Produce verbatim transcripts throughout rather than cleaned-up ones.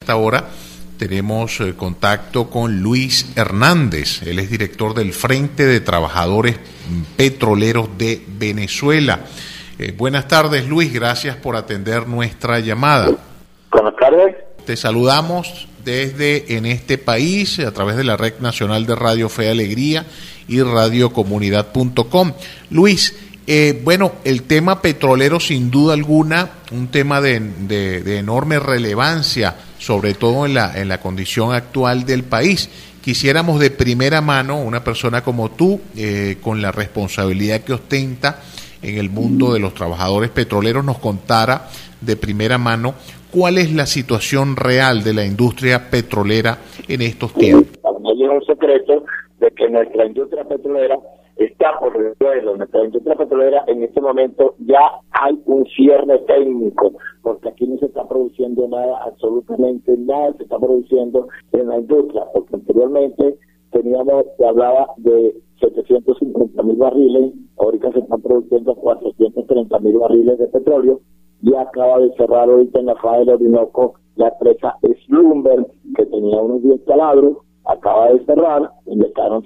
Ahora tenemos eh, contacto con Luis Hernández. Él es director del Frente de Trabajadores Petroleros de Venezuela. Eh, buenas tardes, Luis. Gracias por atender nuestra llamada. Buenas tardes. Te saludamos desde En Este País a través de la Red Nacional de Radio Fe y Alegría y radio comunidad punto com. Luis, Eh, bueno, el tema petrolero sin duda alguna, un tema de, de, de enorme relevancia, sobre todo en la, en la condición actual del país. Quisiéramos de primera mano, una persona como tú, eh, con la responsabilidad que ostenta en el mundo de los trabajadores petroleros, nos contara de primera mano cuál es la situación real de la industria petrolera en estos tiempos. No es un secreto de que nuestra industria petrolera está por el suelo. Nuestra industria petrolera en este momento ya hay un cierre técnico, porque aquí no se está produciendo nada, absolutamente nada se está produciendo en la industria, porque anteriormente teníamos, se hablaba de setecientos cincuenta mil barriles, ahorita se están produciendo cuatrocientos treinta mil barriles de petróleo. Ya acaba de cerrar ahorita en la faja del Orinoco la presa Slumber, que tenía unos diez taladros, acaba de cerrar, donde quedaron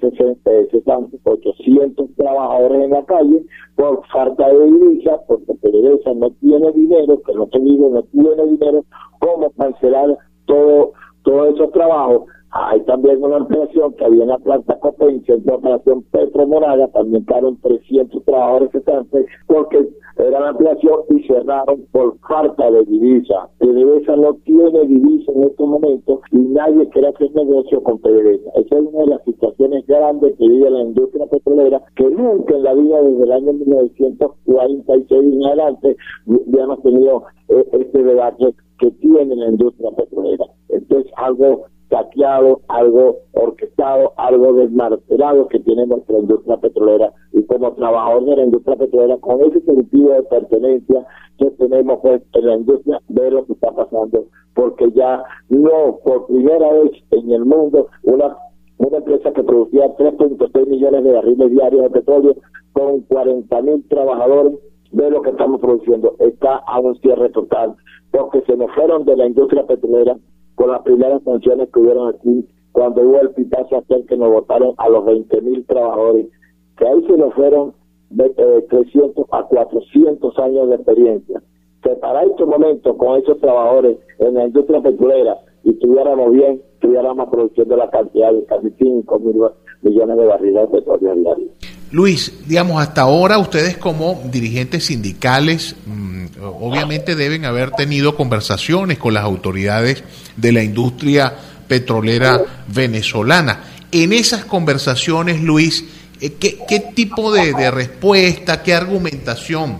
ochocientos trabajadores en la calle por falta de divisa, porque PDVSA no tiene dinero, que no te digo, no tiene dinero, cómo cancelar todo todos esos trabajos. Hay también una ampliación que había en la planta Copenhague, en la operación Petro Moraga, también quedaron trescientos trabajadores cesantes, porque era la ampliación y cerraron por falta de divisa. PDVSA no tiene divisa en estos momentos y nadie quiere hacer negocio con PDVSA. Esa es una de las situaciones grandes que vive la industria petrolera, que nunca en la vida desde el año mil novecientos cuarenta y seis en adelante habíamos tenido eh, este debate que tiene la industria petrolera. Esto es algo saqueado, algo orquestado, algo desmartelado que tiene nuestra industria petrolera, y como trabajador de la industria petrolera, con ese sentido de pertenencia que tenemos pues en la industria, ver lo que está pasando, porque ya no, por primera vez en el mundo, una una empresa que producía tres punto seis millones de barriles diarios de petróleo con cuarenta mil trabajadores, ve lo que estamos produciendo, está a un cierre total, porque se nos fueron de la industria petrolera con las primeras sanciones que hubieron aquí, cuando hubo el pitazo aquel que nos votaron a los veinte mil trabajadores, que ahí se nos fueron de, eh, trescientos a cuatrocientos años de experiencia. Que para estos momentos, con esos trabajadores en la industria petrolera, y estuviéramos bien, estuviéramos produciendo la cantidad de casi cinco mil millones de barriles de petróleo diarios. Luis, digamos, hasta ahora ustedes como dirigentes sindicales mmm, obviamente deben haber tenido conversaciones con las autoridades de la industria petrolera venezolana. En esas conversaciones, Luis, ¿qué, qué tipo de, de respuesta, qué argumentación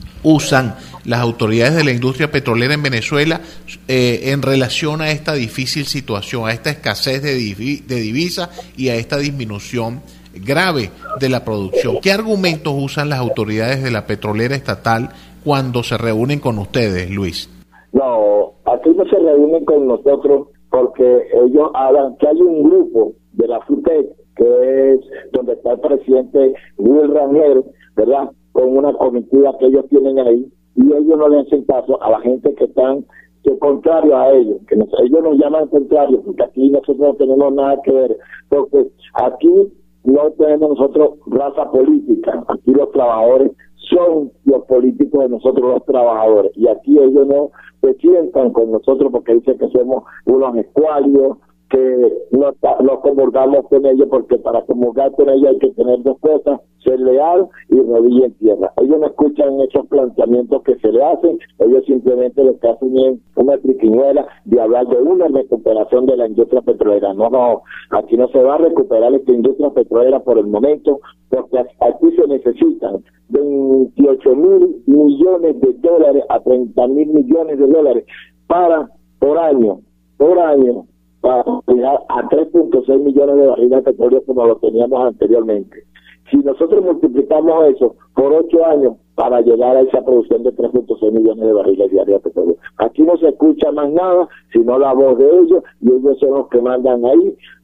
usan las autoridades de la industria petrolera en Venezuela eh, en relación a esta difícil situación, a esta escasez de, divi- de divisa y a esta disminución grave de la producción? ¿Qué argumentos usan las autoridades de la petrolera estatal cuando se reúnen con ustedes, Luis? No, aquí no se reúnen con nosotros porque ellos hablan que hay un grupo de la FUTEC, que es donde está el presidente Will Rangel, ¿verdad?, con una comitiva que ellos tienen ahí, y ellos no le hacen caso a la gente que están que contrario a ellos, que nos, ellos nos llaman contrarios, porque aquí nosotros no tenemos nada que ver, porque aquí no tenemos nosotros raza política, aquí los trabajadores son los políticos de nosotros los trabajadores, y aquí ellos no se sientan con nosotros porque dicen que somos unos escuálidos, que no, no comulgamos con ellos, porque para comulgar con ellos hay que tener dos cosas: ser leal y rodilla en tierra. Ellos no escuchan esos planteamientos que se le hacen, ellos simplemente lo que hacen es una triquiñuela de hablar de una recuperación de la industria petrolera. No, no, aquí no se va a recuperar esta industria petrolera por el momento, porque aquí se necesitan veintiocho mil millones de dólares a treinta mil millones de dólares para, por año, por año, para llegar a tres punto seis millones de barriles de petróleo como lo teníamos anteriormente. Si nosotros multiplicamos eso por ocho años para llegar a esa producción de tres punto seis millones de barriles diarios de petróleo, aquí no se escucha más nada sino la voz de ellos, y ellos son los que mandan ahí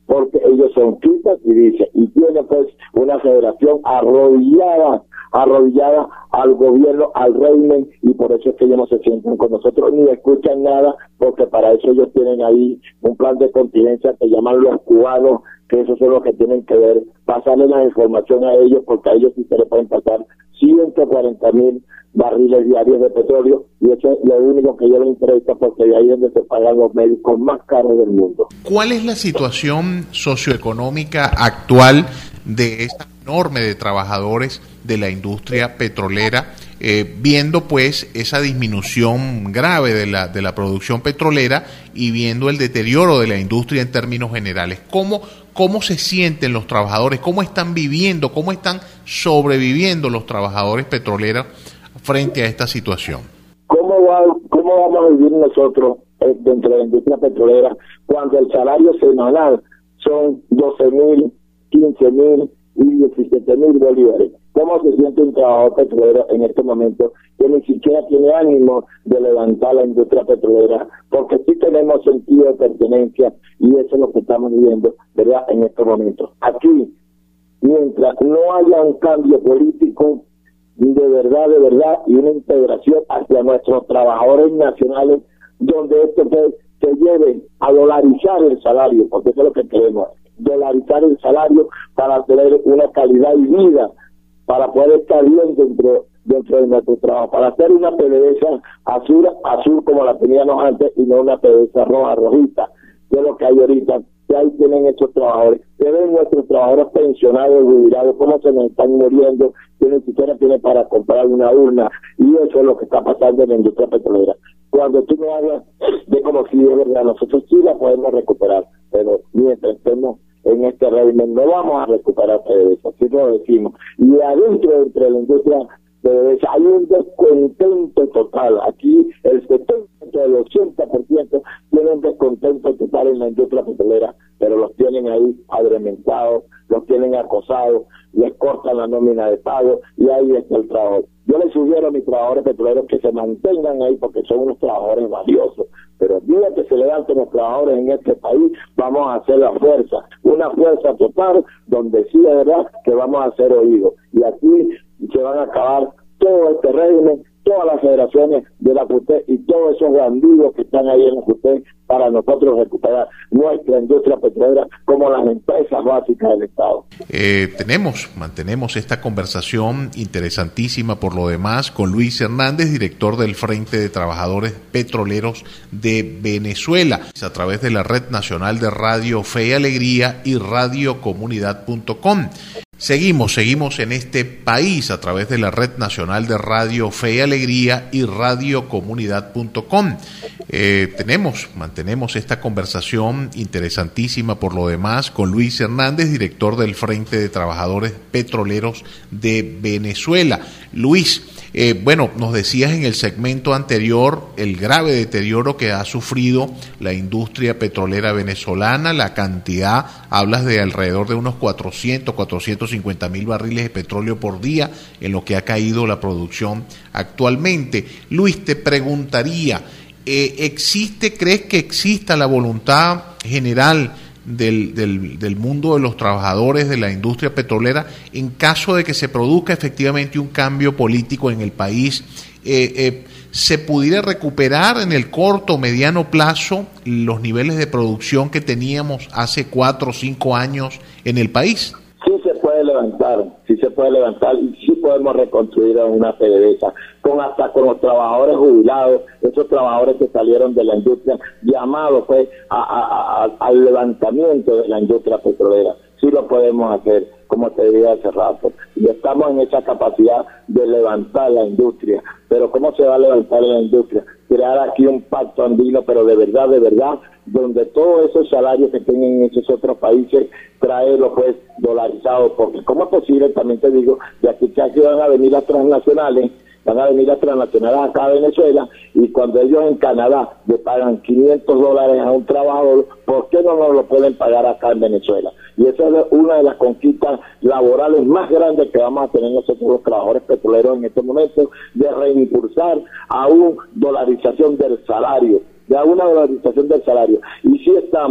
porque ellos son quitas y dicen, y tiene pues una federación arrodillada, arrodillada al gobierno, al régimen, y por eso es que ellos no se sientan con nosotros ni escuchan nada, porque para eso ellos tienen ahí un plan de contingencia que llaman los cubanos, que esos son los que tienen que ver, pasarle la información a ellos, porque a ellos sí se les pueden pasar ciento cuarenta mil barriles diarios de petróleo, y eso es lo único que a ellos les interesa, porque de ahí es donde se pagan los médicos más caros del mundo. ¿Cuál es la situación socioeconómica actual de esta enorme de trabajadores de la industria petrolera, eh, viendo pues esa disminución grave de la de la producción petrolera y viendo el deterioro de la industria en términos generales? ¿Cómo cómo se sienten los trabajadores? ¿Cómo están viviendo? ¿Cómo están sobreviviendo los trabajadores petroleros frente a esta situación? ¿Cómo va, cómo vamos a vivir nosotros eh, dentro de la industria petrolera cuando el salario semanal son doce mil, quince mil y diecisiete mil bolívares? ¿Cómo se siente un trabajador petrolero en este momento que ni siquiera tiene ánimo de levantar la industria petrolera? Porque sí tenemos sentido de pertenencia, y eso es lo que estamos viviendo, ¿verdad?, en estos momentos. Aquí, mientras no haya un cambio político de verdad, de verdad, y una integración hacia nuestros trabajadores nacionales, donde esto se, se lleve a dolarizar el salario, porque eso es lo que queremos, dolarizar el salario para tener una calidad de vida, para poder estar bien dentro dentro de nuestro trabajo, para hacer una P D V S A azul, azul como la teníamos antes, y no una P D V S A roja, rojita, que es lo que hay ahorita, que ahí tienen estos trabajadores. Se ven nuestros trabajadores pensionados, jubilados, cómo se nos están muriendo, que ni siquiera tienen para comprar una urna, y eso es lo que está pasando en la industria petrolera. Cuando tú me hablas de como si es verdad, nosotros sí la podemos recuperar, pero mientras estemos en este régimen no vamos a recuperar P D V S A, así lo decimos. Y adentro, entre la industria P D V S A, hay un descontento total. Aquí el setenta del ochenta por ciento tiene un descontento total en la industria petrolera, pero los tienen ahí adrementados, los tienen acosados, les cortan la nómina de pago, y ahí está el trabajo. Yo les sugiero a mis trabajadores petroleros que se mantengan ahí, porque son unos trabajadores valiosos, pero el día que se levanten los trabajadores en este país, vamos a hacer la fuerza, una fuerza total, donde sí es verdad que vamos a ser oídos, y aquí se van a acabar todo este régimen, todas las federaciones de la F U T E y todos esos bandidos que están ahí en la F U T E para nosotros recuperar nuestra industria petrolera como las empresas básicas del Estado. Eh, tenemos, mantenemos esta conversación interesantísima por lo demás con Luis Hernández, director del Frente de Trabajadores Petroleros de Venezuela, a través de la Red Nacional de Radio Fe y Alegría y radio comunidad punto com. Seguimos, seguimos en este país a través de la Red Nacional de Radio Fe y Alegría y radio comunidad punto com. Eh, tenemos, mantenemos esta conversación interesantísima por lo demás con Luis Hernández, director del Frente de Trabajadores Petroleros de Venezuela. Luis, eh, bueno, nos decías en el segmento anterior el grave deterioro que ha sufrido la industria petrolera venezolana, la cantidad, hablas de alrededor de unos cuatrocientos, cuatrocientos cincuenta mil barriles de petróleo por día en lo que ha caído la producción actualmente. Luis, te preguntaría, eh, ¿existe, crees que exista la voluntad general Del, del, del mundo de los trabajadores de la industria petrolera en caso de que se produzca efectivamente un cambio político en el país, eh, eh, se pudiera recuperar en el corto o mediano plazo los niveles de producción que teníamos hace cuatro o cinco años en el país? Sí se puede levantar, sí se puede levantar y sí podemos reconstruir una P D V S A, con hasta con los trabajadores jubilados, esos trabajadores que salieron de la industria, llamados pues a, a, a, al levantamiento de la industria petrolera. Sí lo podemos hacer, como te dije hace rato, y estamos en esa capacidad de levantar la industria. Pero ¿cómo se va a levantar la industria? Crear aquí un pacto andino, pero de verdad, de verdad, donde todos esos salarios que tienen en esos otros países, traerlos pues dolarizados, porque ¿cómo es posible? También te digo, de aquí que aquí van a venir las transnacionales, van a venir las transnacionales acá a Venezuela, y cuando ellos en Canadá le pagan quinientos dólares a un trabajador, ¿por qué no nos lo pueden pagar acá en Venezuela? Y esa es una de las conquistas laborales más grandes que vamos a tener nosotros los trabajadores petroleros en este momento, de reimpulsar a una dolarización del salario, de una dolarización del salario. Y sí estamos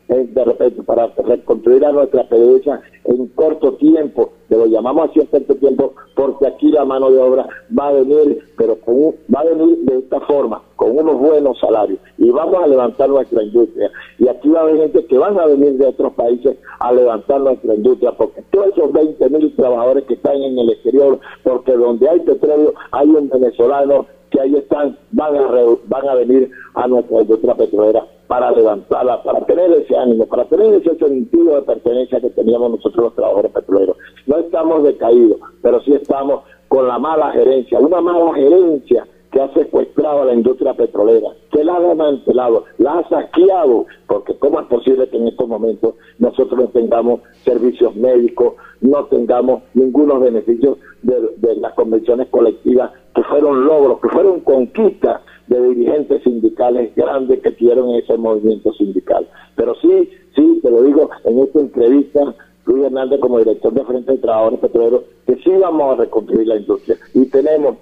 eh, de repente para reconstruir a nuestra PDVSA en corto tiempo, que lo llamamos así en corto tiempo, porque aquí la mano de obra va a venir, pero con un, va a venir de esta forma, con unos buenos salarios, y vamos a levantar nuestra industria. Y aquí va a haber gente que van a venir de otros países a levantar nuestra industria, porque todos esos veinte mil trabajadores que están en el exterior, porque donde hay petróleo hay un venezolano que ahí están, van a re, van a venir a nuestra industria petrolera para levantarla, para tener ese ánimo, para tener ese sentido de pertenencia que teníamos nosotros los trabajadores petroleros. No estamos decaídos, pero sí estamos con la mala gerencia, una mala gerencia que ha secuestrado a la industria petrolera, que la ha desmantelado, la ha saqueado, porque ¿cómo es posible que en estos momentos nosotros no tengamos servicios médicos, no tengamos ningunos beneficios de, de las convenciones colectivas, que fueron logros, que fueron conquistas de dirigentes sindicales grandes que tuvieron ese movimiento sindical? Pero sí, sí, te lo digo en esta entrevista, Luis Hernández, como director de Frente de Trabajadores Petroleros, que sí vamos a reconstruir la industria, y tenemos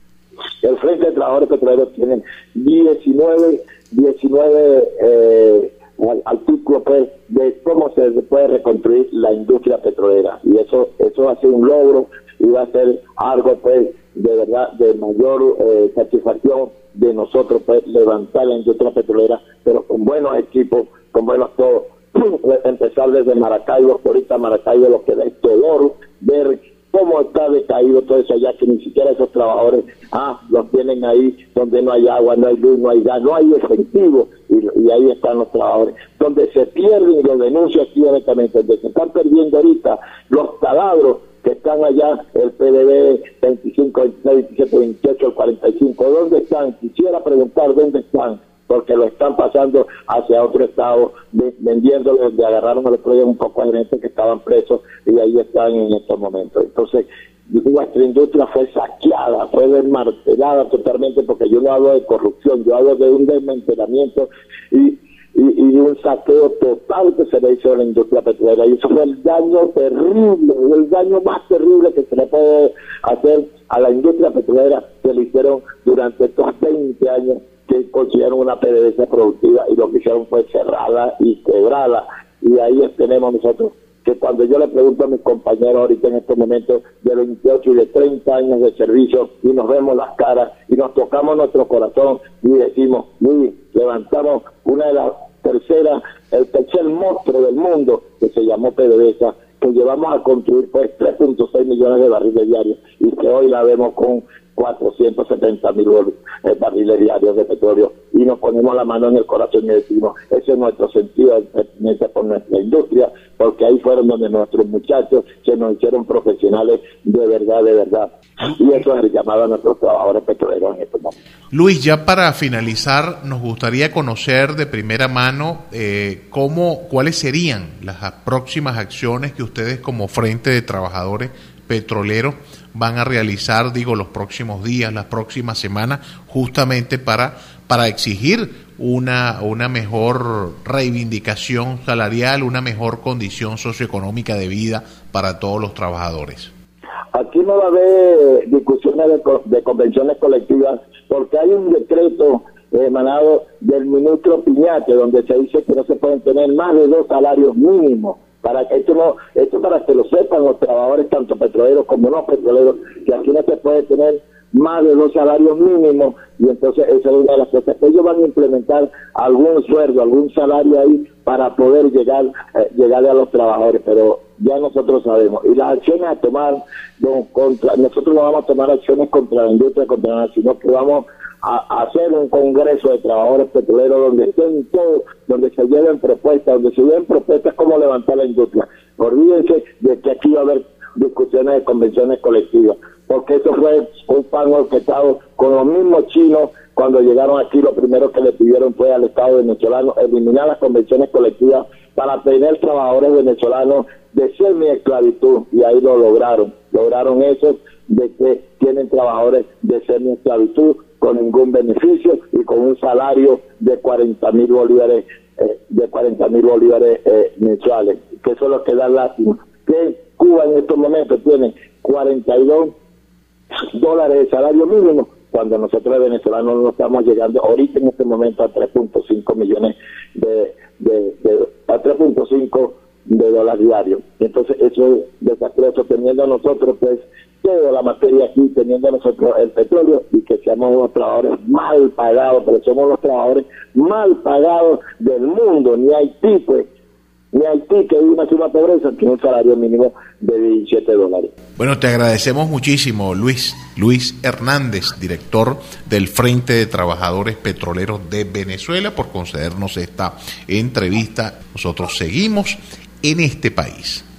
el Frente de Trabajadores Petroleros tienen diecinueve, diecinueve eh, artículos pues, de cómo se puede reconstruir la industria petrolera, y eso eso va a ser un logro y va a ser algo pues de verdad de mayor eh, satisfacción de nosotros pues levantar la industria petrolera, pero con buenos equipos, con buenos todos, empezar desde Maracaibo, que ahorita Maracaibo lo que da es dolor ver cómo está decaído todo eso allá, que ni siquiera esos trabajadores ah los tienen ahí donde no hay agua, no hay luz, no hay gas, no hay efectivo, y, y ahí están los trabajadores, donde se pierden, y lo denuncio aquí directamente, donde se están perdiendo ahorita los taladros que están allá, el P D B veinticinco, veintiséis, veintisiete, veintiocho, el cuarenta y cinco, ¿dónde están? Quisiera preguntar dónde están, porque lo están pasando hacia otro estado, de, vendiéndolo, donde agarraron el otro día un poco de gente que estaban presos, y ahí están en estos momentos. Entonces, nuestra industria fue saqueada, fue desmantelada totalmente, porque yo no hablo de corrupción, yo hablo de un desmantelamiento y Y, y un saqueo total que se le hizo a la industria petrolera, y eso fue el daño terrible, el daño más terrible que se le puede hacer a la industria petrolera, que le hicieron durante estos veinte años que consiguieron una PDVSA productiva, y lo que hicieron fue cerrarla y quebrarla. Y ahí tenemos nosotros que cuando yo le pregunto a mis compañeros ahorita en este momento de veintiocho y de treinta años de servicio, y nos vemos las caras y nos tocamos nuestro corazón y decimos, Luis, levantamos una de las terceras, el tercer monstruo del mundo que se llamó PDVSA, que llevamos a construir pues tres punto seis millones de barriles diarios, y que hoy la vemos con cuatrocientos setenta mil barriles diarios de petróleo, y nos ponemos la mano en el corazón y decimos, ese es nuestro sentido de pertenencia por nuestra industria, porque ahí fueron donde nuestros muchachos se nos hicieron profesionales de verdad, de verdad, y eso es el llamado a nuestros trabajadores petroleros en este momento. Luis, ya para finalizar, nos gustaría conocer de primera mano eh, cómo, cuáles serían las próximas acciones que ustedes como Frente de Trabajadores Petroleros van a realizar, digo, los próximos días, las próximas semanas, justamente para, para exigir una, una mejor reivindicación salarial, una mejor condición socioeconómica de vida para todos los trabajadores. Aquí no va a haber discusiones de, de convenciones colectivas, porque hay un decreto emanado del ministro Piñate, donde se dice que no se pueden tener más de dos salarios mínimos. Para que esto no, esto para que lo sepan los trabajadores, tanto petroleros como no petroleros, que aquí no se puede tener más de dos salarios mínimos, y entonces esa es una de las cosas. Ellos van a implementar algún sueldo, algún salario ahí para poder llegar, eh, llegarle a los trabajadores, pero ya nosotros sabemos. Y las acciones a tomar, no, contra, nosotros no vamos a tomar acciones contra la industria, contra nada, sino que vamos a hacer un congreso de trabajadores petroleros donde estén todos, donde se lleven propuestas, donde se lleven propuestas cómo levantar la industria. Olvídense de que aquí va a haber discusiones de convenciones colectivas, porque eso fue un pan orquestado con los mismos chinos. Cuando llegaron aquí, lo primero que le pidieron fue al Estado venezolano eliminar las convenciones colectivas para tener trabajadores venezolanos de semi-esclavitud, y ahí lo lograron. Lograron eso, de que tienen trabajadores de semi-esclavitud con ningún beneficio y con un salario de cuarenta mil bolívares, eh, de cuarenta mil bolívares eh, mensuales, que eso es lo que da lástima. Que Cuba en estos momentos tiene cuarenta y dos dólares de salario mínimo, cuando nosotros los venezolanos no estamos llegando ahorita en este momento a tres punto cinco millones de, de, de a tres punto cinco de dólares diarios. Entonces eso es desastroso, teniendo nosotros pues toda la materia aquí, teniendo nosotros el petróleo, y que seamos los trabajadores mal pagados, pero somos los trabajadores mal pagados del mundo. Ni Haití, pues, ni Haití, que hay una suma pobreza, tiene un salario mínimo de diecisiete dólares. Bueno, te agradecemos muchísimo, Luis, Luis Hernández, director del Frente de Trabajadores Petroleros de Venezuela, por concedernos esta entrevista. Nosotros seguimos en este país.